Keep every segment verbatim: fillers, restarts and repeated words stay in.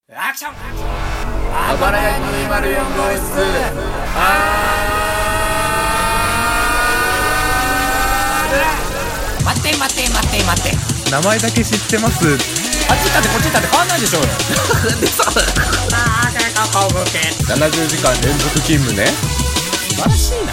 アクションあばらやにひゃくよん号室待って待って待って待って名前だけ知ってます。 あっち行ったってこっち行ったって変わんないでしょうよななじゅうじかん連続勤務ね。 素晴らしいな。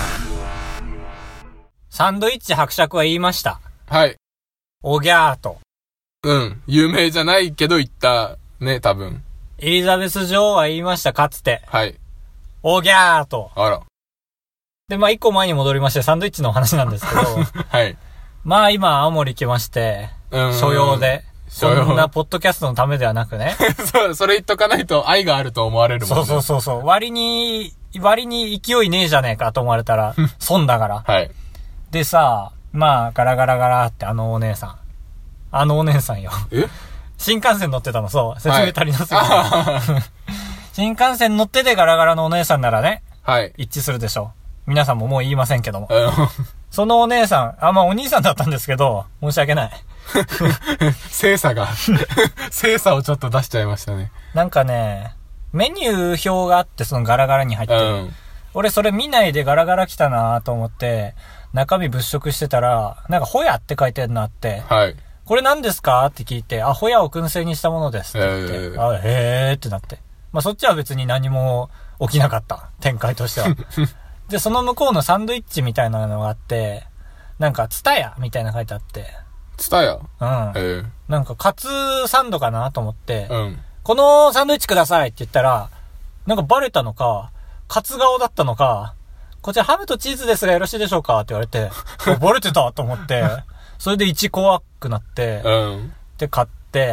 サンドイッチ伯爵は言いました。 はい。 おぎゃーと。 うん有名じゃないけど言ったね多分。 エリザベス女王は言いましたかつて。 はい。 おぎゃーと。 あら。 でまあ一個前に戻りましてサンドイッチの話なんですけどはい。 まあ今青森来まして所用でそんなポッドキャストのためではなくねそうそれ言っとかないと愛があると思われるもんね。 そうそうそうそう割に割に勢いねえじゃねえかと思われたら損だからはい。 でさまあガラガラガラってあのお姉さんあのお姉さんよえ新幹線乗ってたの。そう説明足りなすぎる、 はい、 新幹線乗っててガラガラのお姉さんならねはい一致するでしょう。皆さんももう言いませんけどもうんそのお姉さんあまあお兄さんだったんですけど申し訳ない精査が精査をちょっと出しちゃいましたね。 なんかねメニュー表があってそのガラガラに入ってる、うん、俺それ見ないでガラガラ来たなと思って中身物色してたらなんかホヤって書いてるのあってはいこれ何ですかって聞いて、あ、ホヤを燻製にしたものですって言って、えー、あへーってなって。まあそっちは別に何も起きなかった。展開としては。で、その向こうのサンドイッチみたいなのがあって、なんかツタヤみたいなの書いてあって。 ツタヤうん。 えー、なんかカツサンドかなと思って、 うん、 このサンドイッチくださいって言ったら、なんかバレたのか、カツ顔だったのか、こちらハムとチーズですがよろしいでしょうかって言われて、バレてたと思って、それで一怖くなって、 うん、 で買って、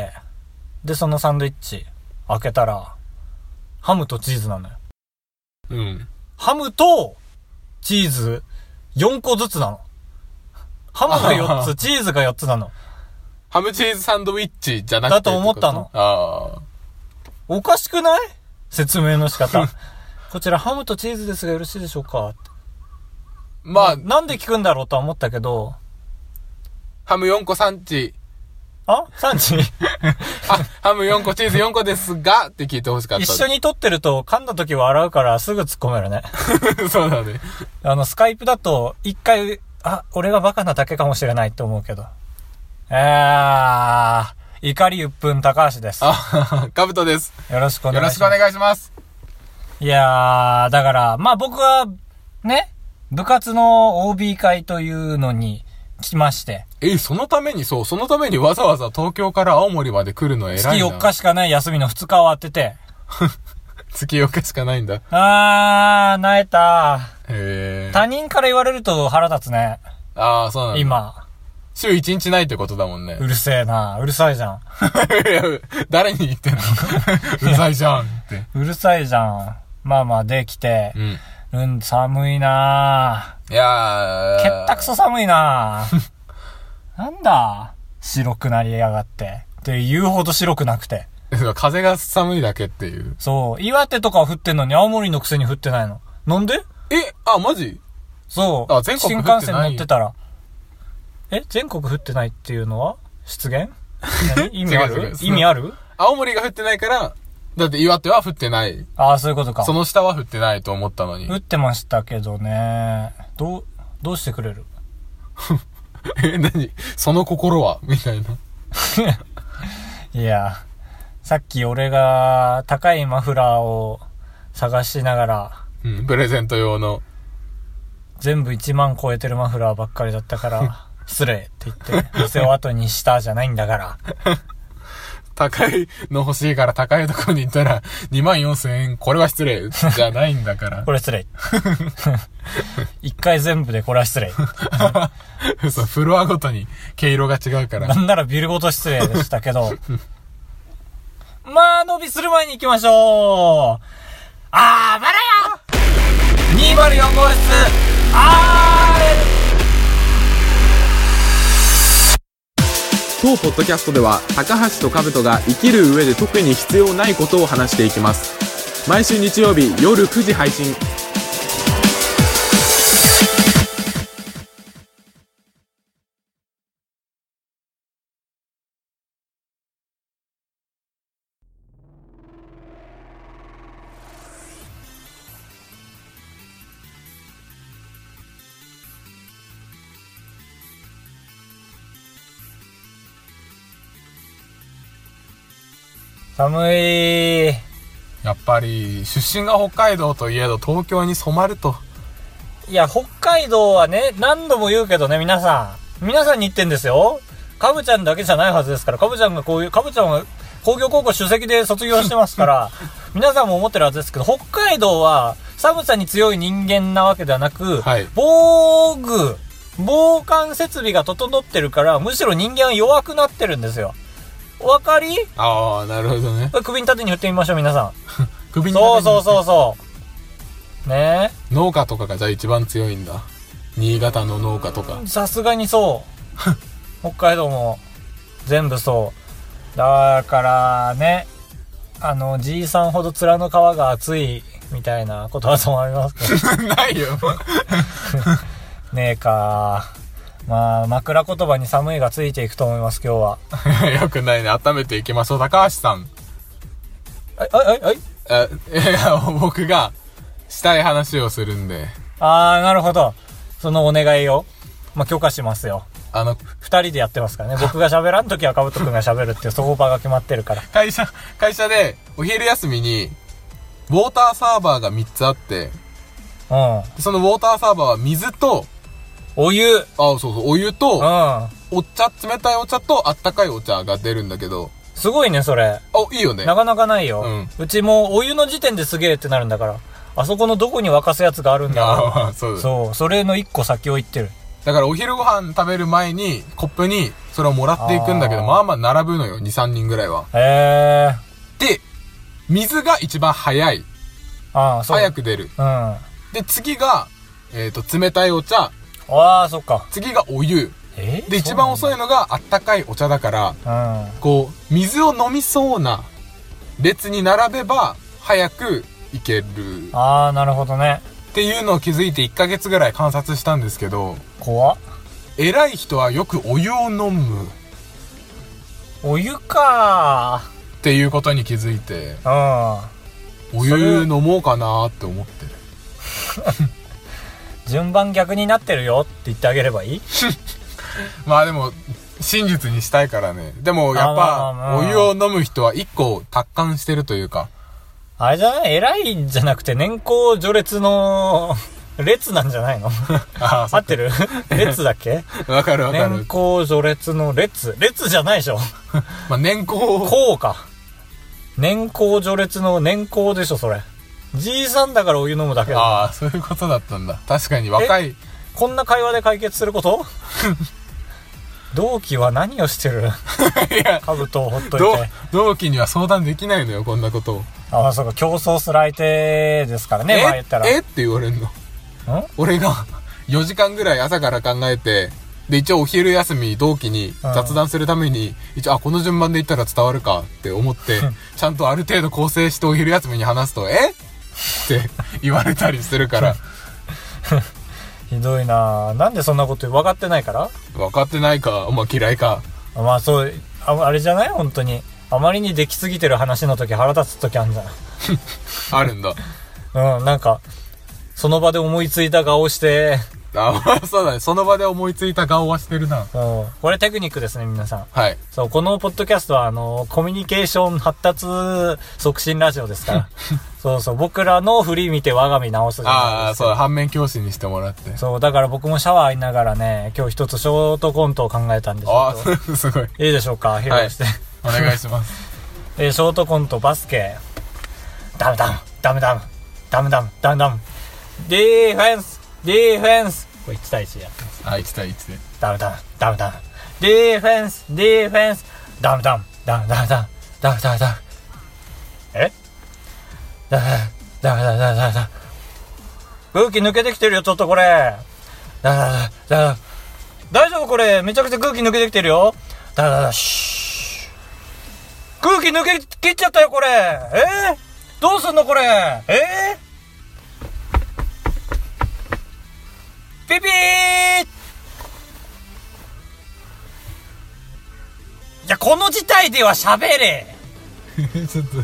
でそのサンドイッチ開けたらハムとチーズなのよ。 うん。 ハムとチーズよんこずつなの。ハムがよっつ、チーズがよっつなの。 ハムチーズサンドイッチじゃなくてだと思ったの。 ああ。 おかしくない？説明の仕方。こちらハムとチーズですがよろしいでしょうかって。 まあ、 なんで聞くんだろうとは思ったけど。 ハムよんこ産地。 あ ?産地あ、ハムよんこチーズよんこですがって聞いてほしかった。 一緒に撮ってると噛んだ時笑うからすぐ突っ込めるね。 そうだね。 あの、スカイプだと一回、あ、俺がバカなだけかもしれないって思うけど。えー、怒りうっぷん高橋です。 あ、カブトです。 よろしくお願いします。 よろしくお願いします。 いやー、だから、まあ僕は、ね、部活の オービー 会というのに、来まして。 え、そのためにそう、そのためにわざわざ東京から青森まで来るの偉いな。 月よっかしかない休みのふつか終わってて。 月よっかしかないんだ。 あー、萎えた。 へー。 他人から言われると腹立つね。 あー、そうなんだ。 今。 週いちにちないってことだもんね。 うるせえな。うるさいじゃん。 いや、誰に言ってんのうるさいじゃんって。 うるさいじゃん。まあまあ、できて。 うん。 うん、寒いなぁ。 いやー。 けったくそ寒いなぁ。なんだ白くなりやがって。って言うほど白くなくて。 風が寒いだけっていう。 そう。岩手とかは降ってんのに青森のくせに降ってないの。なんで？ え、あ、マジ？ そう。 あ、全国降ってない。 新幹線乗ってたら。え、全国降ってないっていうのは失言？意味ある？意味ある？ 青森が降ってないから、だって岩手は降ってない。 ああ、そういうことか。 その下は降ってないと思ったのに。 降ってましたけどね。どう、どうしてくれる？ え、何その心はみたいな。 いや、さっき俺が高いマフラーを探しながら、 うん、プレゼント用の。 全部いちまん超えてるマフラーばっかりだったから、失礼って言って、店を後にしたじゃないんだから。 高いの欲しいから高いところに行ったらにまんよんせんえん、これは失礼じゃないんだから。 これ失礼。一回全部でこれは失礼。 そう、フロアごとに毛色が違うから。 なんならビルごと失礼でしたけど。まあ、伸びする前に行きましょう。あばらや にひゃくよん 号室、あー当ポッドキャストでは高橋と兜が生きる上で特に必要ないことを話していきます。毎週日曜日夜くじ配信。 寒い。 やっぱり出身が北海道といえど東京に染まると。 いや、北海道はね、何度も言うけどね、皆さん。皆さんに言ってんですよ。かぶちゃんだけじゃないはずですから、かぶちゃんがこういう、かぶちゃんは工業高校首席で卒業してますから、皆さんも思ってるはずですけど、北海道は寒さに強い人間なわけではなく、 はい、 防具、防寒設備が整ってるから、むしろ人間は弱くなってるんですよ。お分かり？ ああ、なるほどね。 首に縦に振ってみましょう、皆さん。 首に縦に振って。 そうそうそうそう。ねえ。 農家とかがじゃあ一番強いんだ。新潟の農家とか。 さすがにそう北海道も全部そうだからね。あのじいさんほど面の皮が厚いみたいなことはと思いますけどないよねえか。まあ枕言葉に寒いがついていくと思います今日はよくないね。温めていきましょう。高橋さん。 あいあいあいあいや僕がしたい話をするんで。 あー、なるほど。そのお願いを、まあ、許可しますよ。 あの、 二人でやってますからね。僕が喋らんときはかぶとくんが喋るっていう相場が決まってるから。 会社、会社でお昼休みに、ウォーターサーバーがみっつあって、 うん。 そのウォーターサーバーは水と、 お湯。 あ、そうそう、お湯と、 うん。 お茶、冷たいお茶とあったかいお茶が出るんだけど。 すごいね、それ。 あ、いいよね。 なかなかないよ。 うん。 うちもお湯の時点ですげえってなるんだから。あそこのどこに沸かすやつがあるんだろう。 ああ、そうだ。 そう。それの一個先を言ってる。 だからお昼ご飯食べる前に、コップにそれをもらっていくんだけど、まあまあ並ぶのよ。に、さんにんぐらいは。 へー。で、水が一番早い。 ああ、そう。 早く出る。 うん。 で、次が、えっと、冷たいお茶。 ああ、そっか。 次がお湯。 えー、 で、一番遅いのがあったかいお茶だから、 うん。 こう、水を飲みそうな列に並べば、早くいける。 ああ、なるほどね。 っていうのを気づいていっかげつぐらい観察したんですけど、 怖っ。 偉い人はよくお湯を飲む。 お湯かー。っていうことに気づいて、 うん。 お湯飲もうかなーって思ってる。 順番逆になってるよって言ってあげればいいまあでも、真実にしたいからね。でもやっぱ、お湯を飲む人はいっこ達観してるというか。 あれじゃない？偉いんじゃなくて年功序列の列なんじゃないのあ合ってる列だっけわかるわかる。 年功序列の列列じゃないでしょまあ年功。 こうか。年功序列の年功でしょ、それ。じいさんだからお湯飲むだけだ。 ああ、そういうことだったんだ。確かに若い。 こんな会話で解決すること同期は何をしてるいや、 兜をほっといて。 同期には相談できないのよ、こんなことを。 ああ、そうか、競争する相手ですからね、まあ言ったら。 えって言われるの。ん俺がよじかんぐらい朝から考えて、で、一応お昼休み同期に雑談するために、うん、一応、あ、この順番で言ったら伝わるかって思って、ちゃんとある程度構成してお昼休みに話すと、えって言われたりするから。 ひどいなぁ。なんでそんなこと分かってないから？ 分かってないか。まあ嫌いか。 まあそう、あ、あれじゃない本当に。あまりにできすぎてる話の時腹立つ時あるんじゃないあるんだ。 うん、なんか、その場で思いついた顔して、 あ、そうだね。その場で思いついた顔はしてるな。 うん。これテクニックですね、皆さん。 はい。 そう、このポッドキャストは、あの、コミュニケーション発達促進ラジオですから。そうそう、僕らの振り見て我が身直すじゃないですか。 ああ、そう、反面教師にしてもらって。 そう、だから僕もシャワー浴びながらね、今日一つショートコントを考えたんでしょう。 ああ、すごい。 いいでしょうか、披露して。 はい、お願いします。 えー、ショートコント、バスケ。ダムダム、ダムダム、ダムダム、ダムダム。ディフェンス、ディフェンス。これいち対いちでやってます。 あ、いち対いちで。 ダムダム、ダムダム。ディフェンス、ディフェンス。ダムダム、ダムダム、ダムダム、ダムダム。えダムダム、ダムダム、ダムダム。空気抜けてきてるよ、ちょっとこれ。ダムダム、ダムダム。大丈夫これ。めちゃくちゃ空気抜けてきてるよ。ダムダム、シー。空気抜け切っちゃったよ、これ。えー、どうすんのこれ。えーピピー。いや、この事態では喋れちょっと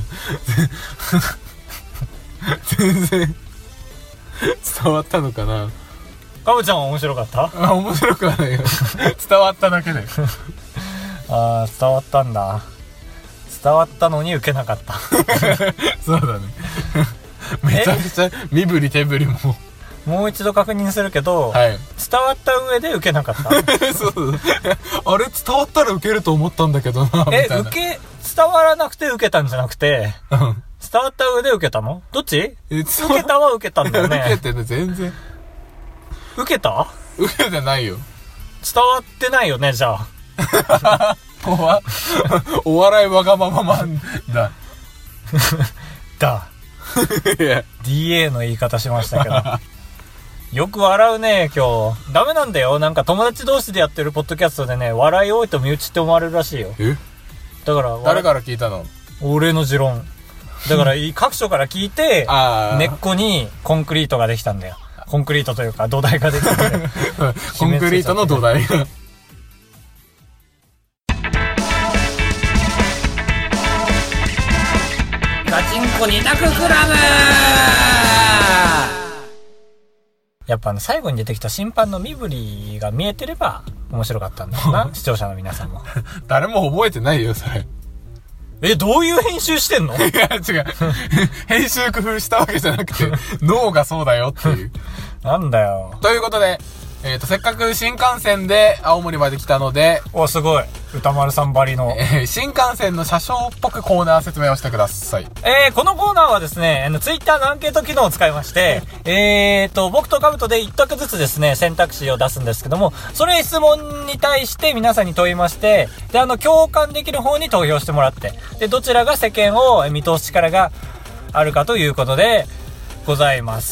全然伝わったのかな。 かぶちゃんは面白かった？ あ、面白くはないよ伝わっただけでああ、伝わったんだ。 伝わったのに受けなかったそうだねめちゃくちゃ身振り手振りももう一度確認するけど、はい、伝わった上で受けなかったそうあれ伝わったら受けると思ったんだけどなみたいな。 え受け伝わらなくて受けたんじゃなくて伝わった上で受けたの？どっち？え受けたは受けたんだよね受けてね全然受けた？ 受けてないよ。 伝わってないよねじゃあおわお笑いわがままマンだだディーエー の言い方しましたけどよく笑うね今日。ダメなんだよ。なんか友達同士でやってるポッドキャストでね、笑い多いと身内って思われるらしいよ。 えだから誰から聞いたの？ 俺の持論だから各所から聞いて根っこにコンクリートができたんだよ。コンクリートというか土台ができたんだよコンクリートの土台がガチンコ二択クラブ。やっぱあの最後に出てきた審判の身振りが見えてれば面白かったんだろうな視聴者の皆さんも誰も覚えてないよそれ。 えどういう編集してんの？ いや違う編集工夫したわけじゃなくて脳がそうだよっていうなんだよ。 ということでえっとせっかく新幹線で青森まで来たので、 おすごい歌丸さんばりの、 えー、新幹線の車掌っぽくコーナー説明をしてください。 えー、このコーナーはですね、あのツイッターのアンケート機能を使いましてえーと僕とカブトで一択ずつですね選択肢を出すんですけども、それ質問に対して皆さんに問いまして、であの共感できる方に投票してもらって、でどちらが世間を見通す力があるかということでございます。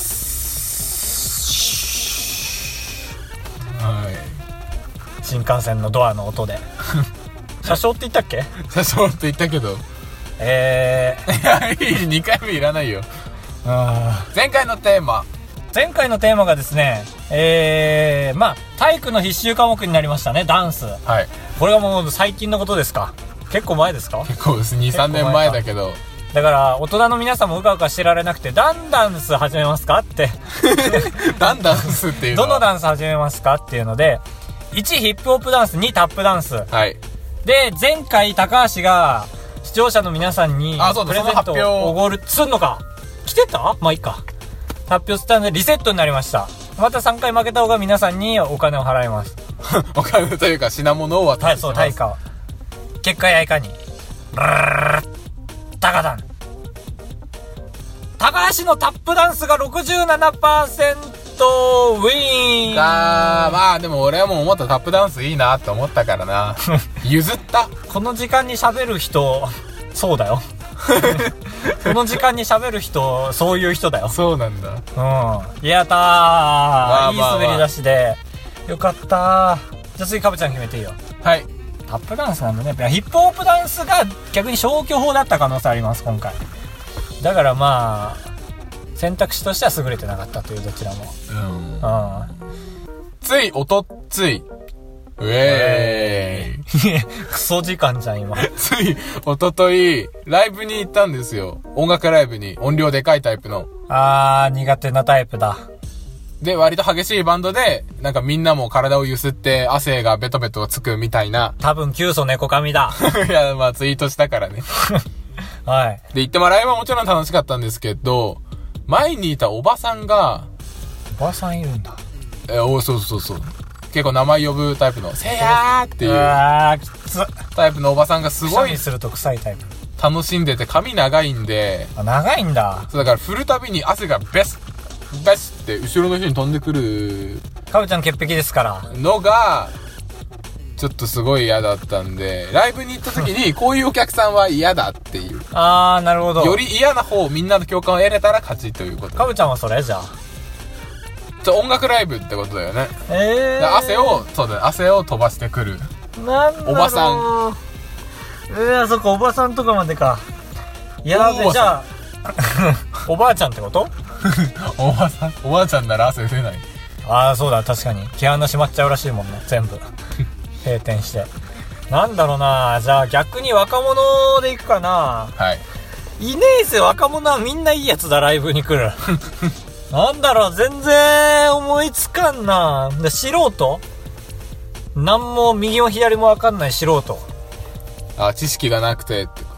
はい、 新幹線のドアの音で車掌って言ったっけ？ 車掌って言ったけどえーいやいいにかいめいらないよ。あ前回のテーマ前回のテーマがですねえーまあ体育の必修科目になりましたね。ダンス。 はい。 これがもう最近のことですか？結構前ですか？ 結構です。にさんねんまえだけど、 だから大人の皆さんもうかうかしてられなくて、ダンダンス始めますかってダンダンスっていうのはどのダンス始めますかっていうので、いちヒップホップダンス、にタップダンス、 はい、 で前回高橋が視聴者の皆さんにプレゼントをおごるすんのか来てた？まあいいか。発表したんでリセットになりました。またさんかい負けた方が皆さんにお金を払いますお金というか品物を渡します。 そう対価は結果やいかにブルルルタカダン高橋のタップダンスが ろくじゅうななパーセント ウィーン。 あーまあでも俺はもう思ったタップダンスいいなって思ったからな譲った。 この時間に喋る人そうだよこの時間に喋る人そういう人だよ。 そうなんだ。 うんやったー、まあまあまあ、いい滑り出しでよかったー。じゃあ次カブちゃん決めていいよ。 はい。 タップダンスなんだね。ヒップホップダンスが逆に消去法だった可能性あります今回。だからまあ選択肢としては優れてなかったというどちらも。うん。うん、 ついおとつい。ウェーイ。 クソ時間じゃん今。 ついおとといライブに行ったんですよ。音楽ライブに音量でかいタイプの。 あー苦手なタイプだ。 で割と激しいバンドでなんかみんなも体をゆすって汗がベトベトつくみたいな。 多分キュウソネコカミだ。 いやまあツイートしたからね。 はい。 で行ってもライブはもちろん楽しかったんですけど、前にいたおばさんが。 おばさんいるんだ。 えおそうそうそう。結構名前呼ぶタイプのせやーっていうあーきつタイプのおばさんがすごいくしゃみすると臭いタイプ楽しんでて、髪長いんで。 あ長いんだ。 そうだから振るたびに汗がベスベスって後ろの人に飛んでくるカブちゃん潔癖ですからのがちょっとすごい嫌だったんで、ライブに行った時にこういうお客さんは嫌だっていうあーなるほど。 より嫌な方、みんなの共感を得れたら勝ちということ。 カブちゃんはそれじゃあ音楽ライブってことだよね。 えー、 汗をそうだ、ね、汗を飛ばしてくるなんだろうおばさん。 えー、そっかおばさんとかまでか。やべじゃあおばあちゃんってことおばさんおばあちゃんなら汗出ない。 ああそうだ確かに毛穴閉まっちゃうらしいもんね全部閉店して。なんだろうな。じゃあ逆に若者で行くかな。 はいいねえぜ。若者はみんないいやつだ。ライブに来るなんだろう全然思いつかんな。で素人なんも右も左も分かんない素人。 あ知識がなくてってこ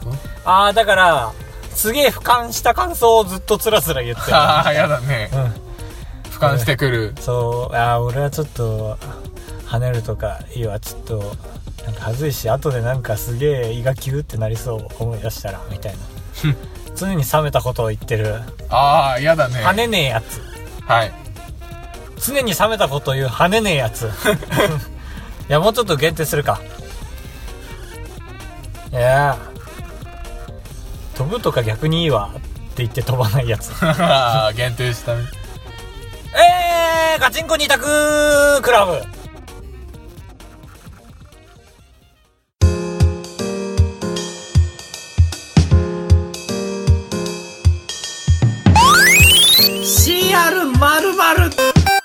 こと？ ああ、だから、すげえ俯瞰した感想をずっとつらつら言ってる。 ああ、やだね。 うん。 俯瞰してくる。 そう、ああ、俺はちょっと、跳ねるとかいいわ、ちょっと、なんか恥ずいし、後でなんかすげえ胃がキューってなりそう思い出したら、みたいな。常に冷めたことを言ってる。 ああ、やだね。 跳ねねえやつ。 はい。 常に冷めたことを言う跳ねねえやつ。いや、もうちょっと限定するか。いや飛ぶとか逆にいいわって言って飛ばないやつ。 限定したね。 えー、ガチンコ二択クラブ。シーアールまるまる。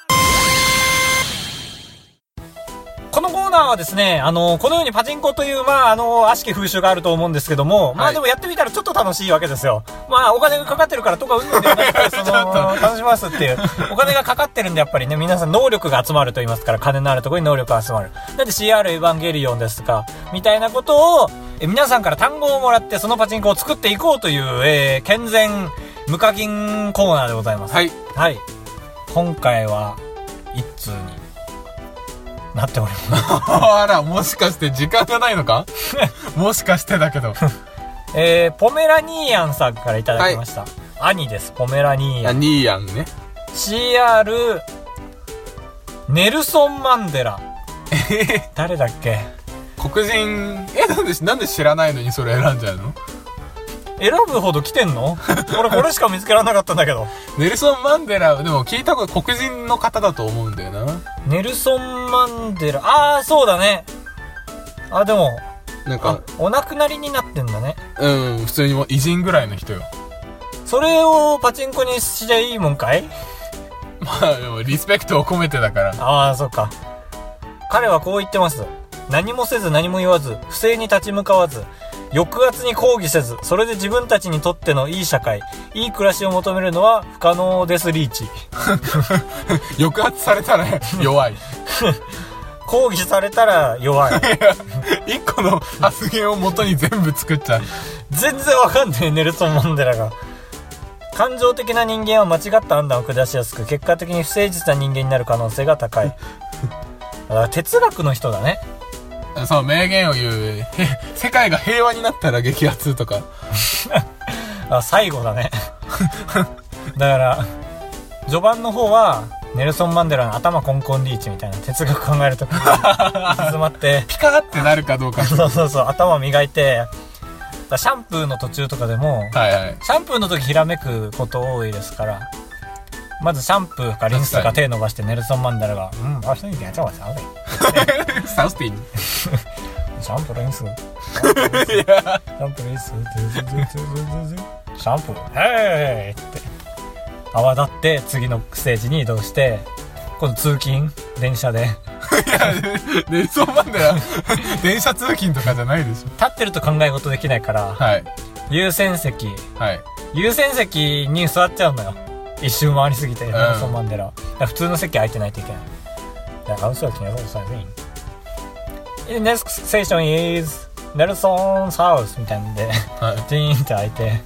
このコーナーはですね、あの、このようにパチンコという、まあ、あの、悪しき風習があると思うんですけども、はい、まあでもやってみたらちょっと楽しいわけですよ。まあ、お金がかかってるからとかうんぬんではなくて、その、楽しますっていう。お金がかかってるんでやっぱりね、皆さん能力が集まると言いますから、金のあるところに能力が集まる。だって シーアール エヴァンゲリオンですとか、みたいなことを、え皆さんから単語をもらって、そのパチンコを作っていこうという、えー、健全無課金コーナーでございます。 はい。 はい。今回は、一通に。なっております。 あら、もしかして時間がないのかもしかしてだけど。 えー、ポメラニーヤンさんからいただきました。はい、兄です、ポメラニーヤン。 あ、ニーヤンね。 シーアール、ネルソン・マンデラ。 え誰だっけ？ 黒人、え、なんで、なんで知らないのにそれ選んじゃうの？ 選ぶほど来てんの？俺これしか見つけられなかったんだけど。 ネルソン・マンデラ、でも聞いたこと黒人の方だと思うんだよな。 ネルソン・マンデラ、あー、そうだね。あ、でも、 なんか、 お亡くなりになってんだね。 うん、普通にもう偉人ぐらいの人よ。 それをパチンコにしちゃいいもんかい？ まあ、でもリスペクトを込めてだから。 あー、そっか。彼はこう言ってます。何もせず何も言わず、不正に立ち向かわず、抑圧に抗議せず、それで自分たちにとってのいい社会、いい暮らしを求めるのは不可能ですリーチ。 抑圧されたら弱い。 抗議されたら弱い。 一個の発言を元に全部作っちゃう。 全然わかんない、ネルソン・マンデラが。感情的な人間は間違った判断を下しやすく、結果的に不誠実な人間になる可能性が高い。だから哲学の人だね。 そう、名言を言う。世界が平和になったら激アツとか。 あ、最後だね。だから、序盤の方は、ネルソン・マンデラの頭コンコンリーチみたいな哲学考えるときに、詰まって、 ピカーってなるかどうか。 そうそうそう、頭磨いて、シャンプーの途中とかでも、 はいはい、 シャンプーの時ひらめくこと多いですから、まずシャンプーかリンスとか手伸ばしてネルソン・マンデラが、うん、あ、そういう意味でやっちゃうわ、 サウスティン。 シャンプーリンス。シャンプーリンス。シャンプーリンス。シャンプー、へーって。泡立って次のステージに移動して、今度通勤、電車で。いや、ネルソン・マンデラ、電車通勤とかじゃないでしょ。 立ってると考え事できないから、 はい、 優先席、 はい、 優先席に座っちゃうのよ。一周回りすぎて、ネルソン・マンデラ。普通の席空いてないといけない。だから、嘘は決めろ、さいぜん。The next station is Nelson's house みたいなんで、はい、ジーンって開いて、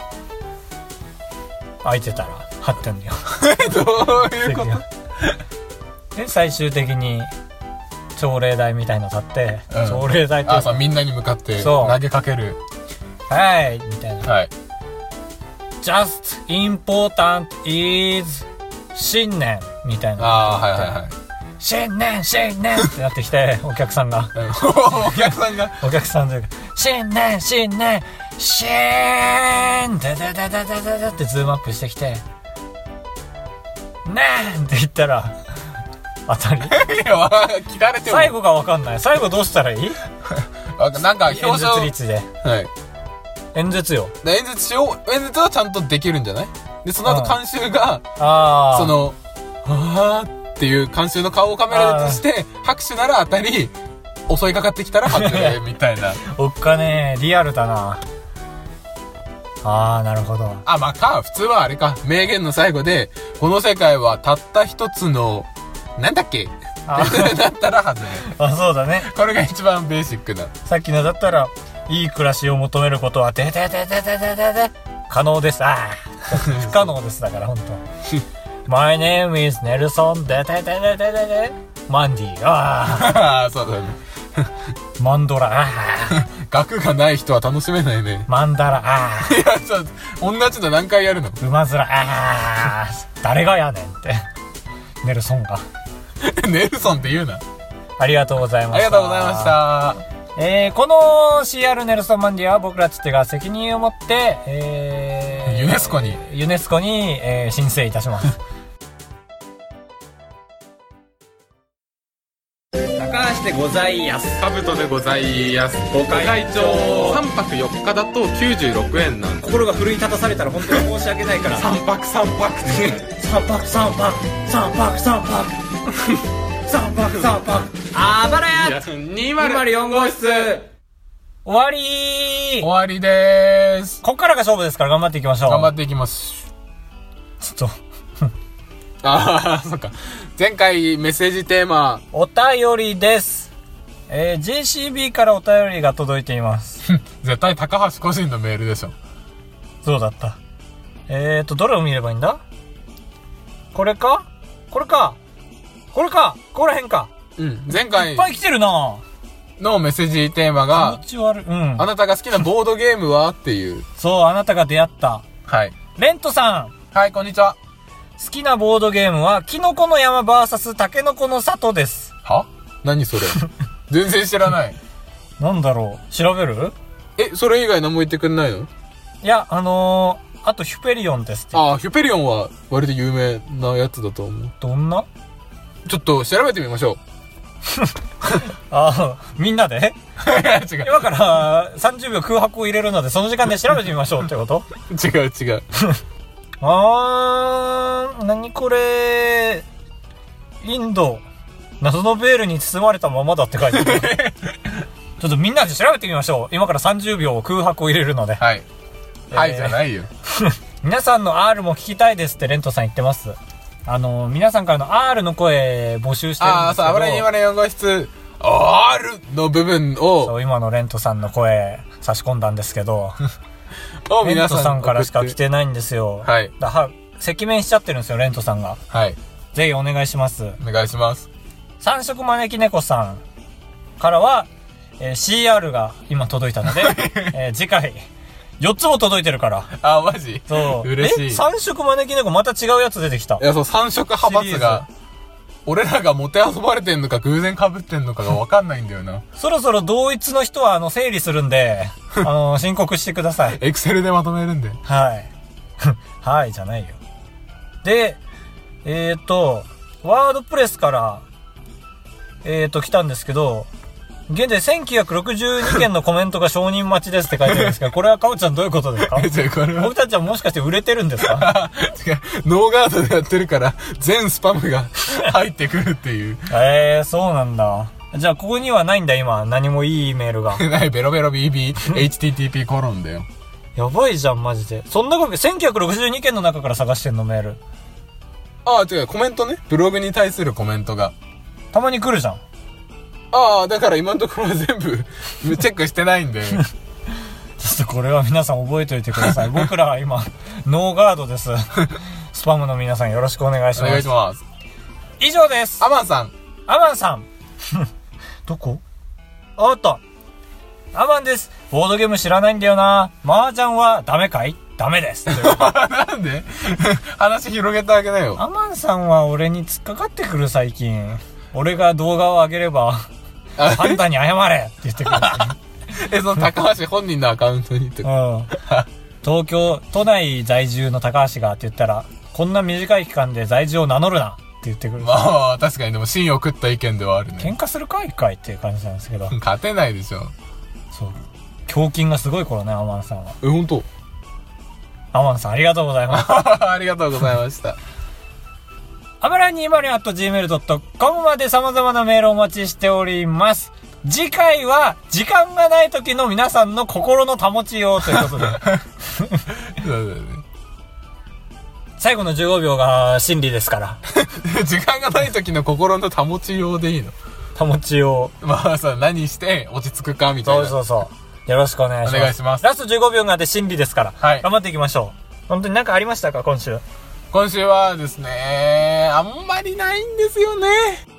開いてたら、張ってんだよ。 どういうこと？ で、最終的に、朝礼台みたいの立って、うん、朝礼台って。 あ、そう、みんなに向かって投げかける。 はい、みたいな。 はい。 just important is 新年みたいな。 ああ、はいはいはい。 新年新年ってなってきて、お客さんが。 お客さんがお客さんで、新年新年新年でででででででってズームアップしてきて、ねーんって言ったら、当たり。 聞かれても。 最後がわかんない。最後どうしたらいい？ なんか表情。 演説率で。 はい。 演説よ。 演説しよう。演説はちゃんとできるんじゃない？で、その後監修が、 あその、はーっていう監修の顔をカメラでして、拍手なら当たり、襲いかかってきたら外れ、みたいな。 おっかねー、リアルだな。あー、なるほど。 あ、まあか、普通はあれか、名言の最後で、この世界はたった一つの、なんだっけだったら外れ。 あ、そうだね。 これが一番ベーシックな。 さっきのだったら、 いい暮らしを求めることは、でででででででで、可能です。ああ。不可能です。だから、ほんと。My name is Nelson. ででででででで。マンディ。ああ。そうだね。 マンドラ。ああ。 額がない人は楽しめないね。 マンダラ。ああ。 いや、そう、同じの何回やるの？ 馬面。ああ。誰がやねんって。ネルソンが。 ネルソンって言うな。 ありがとうございました。 ありがとうございました。 えー、この シーアール ネルソンマンディは僕らつってが責任を持って、えー、 ユネスコに、 ユネスコに、えー、申請いたします。高橋でございやす。 カブトでございやす。ご会長。さんぱくよっかだときゅうじゅうろくえんなんで。 心が奮い立たされたら本当に申し訳ないから。 さんぱくさんぱくって。 さんぱくさんぱく。さんぱくさんぱく。さんぱくさんぱく。あばらやにまるよん号室。終わりー。 終わりでーす。 こっからが勝負ですから頑張っていきましょう。 頑張っていきます。 ちょっと。 ああ、そっか。前回メッセージテーマ。 お便りです。えー、ジェーシービー からお便りが届いています。 絶対高橋個人のメールでしょ。 そうだった。えーと、どれを見ればいいんだ？これか？これか？これか？ここら辺か。 うん。前回。 いっぱい来てるなのメッセージテーマが、 気持ち悪い。うん。 あなたが好きなボードゲームはっていう。 そう、あなたが出会った。 はい。 レントさん。 はい、こんにちは。 好きなボードゲームは、キノコの山 ブイエス タケノコの里です。 は？何それ？全然知らない。 なんだろう？調べる？ え、それ以外何も言ってくんないの？ いや、あのー、あとヒュペリオンですって。 ああ、ヒュペリオンは割と有名なやつだと思う。 どんな？ ちょっと調べてみましょう。 ああ、みんなで違う。今からさんじゅうびょう空白を入れるので、その時間で調べてみましょうってこと違う違う。 あー、なにこれ、インド、謎のベールに包まれたままだって書いてある。ちょっとみんなで調べてみましょう。今からさんじゅうびょう空白を入れるので。 はい。えー、はいじゃないよ。 皆さんの アール も聞きたいですってレントさん言ってます。あの、皆さんからの アール の声募集してるんですけど。ああ、そう、あばらにまるよん号室、 アール の部分を。 そう、今のレントさんの声差し込んだんですけど。レントさんからしか来てないんですよ。 はい。 だは、赤面しちゃってるんですよ、レントさんが。 はい。 ぜひお願いします。 お願いします。 三色招き猫さんからは、えー、シーアール が今届いたので、えー、次回、よっつも届いてるから。 あ、マジ？ そう。 嬉しい。 え？三色招き猫また違うやつ出てきた。 いや、そう、三色派閥が、俺らがもてあそばれてんのか偶然被ってんのかがわかんないんだよな。 そろそろ同一の人は、あの、整理するんで、あの、申告してください。 エクセルでまとめるんで。 はい。はい、じゃないよ。で、えっと、ワードプレスから、えっと、来たんですけど、現在せんきゅうひゃくろくじゅうにけんのコメントが承認待ちですって書いてあるんですけど、これはかおちゃんどういうことですか？僕たちはもしかして売れてるんですか？ 違う、ノーガードでやってるから、全スパムが入ってくるっていう。 えー、そうなんだ。じゃあ、ここにはないんだ、今。何もいいメールが。 ない、ベロベロ ビービー、エイチティーティーピー コロンだよ。 やばいじゃん、マジで。そんなこと、せんきゅうひゃくろくじゅうにけんの中から探してんの、メール。 ああ、違う、コメントね。ブログに対するコメントが。 たまに来るじゃん。 ああ、だから今のところは全部チェックしてないんで。ちょっとこれは皆さん覚えておいてください。僕らは今、ノーガードです。スパムの皆さんよろしくお願いします。 お願いします。 以上です。 アマンさん。 アマンさん。どこ？あった。アマンです。ボードゲーム知らないんだよな。麻雀はダメかい？ダメです。 なんで話広げてあげなよ。 アマンさんは俺に突っかかってくる最近。俺が動画を上げれば、パンダに謝れって言ってくる。 え、その高橋本人のアカウントにとか。 うん。東京、都内在住の高橋がって言ったら、こんな短い期間で在住を名乗るなって言ってくる。 まあ、確かにでも芯を食った意見ではあるね。 喧嘩するかいかいっていう感じなんですけど。 勝てないでしょ。 そう。胸筋がすごい頃ね、アマンさんは。 え、ほんと？ アマンさんありがとうございます。 ありがとうございました。 アバラにまる アットジーメールドットコム まで様々なメールをお待ちしております。次回は、時間がない時の皆さんの心の保ちようということで。 そうだよね。 最後のじゅうごびょうが真理ですから。 時間がない時の心の保ちようでいいの？ 保ちよう。まあさ、何して落ち着くかみたいな。 そうそうそう。 よろしくお願いします。 お願いします。 ラストじゅうごびょうがで審理ですから、 はい、 頑張っていきましょう。本当に何かありましたか、今週。 今週はですね、あんまりないんですよね。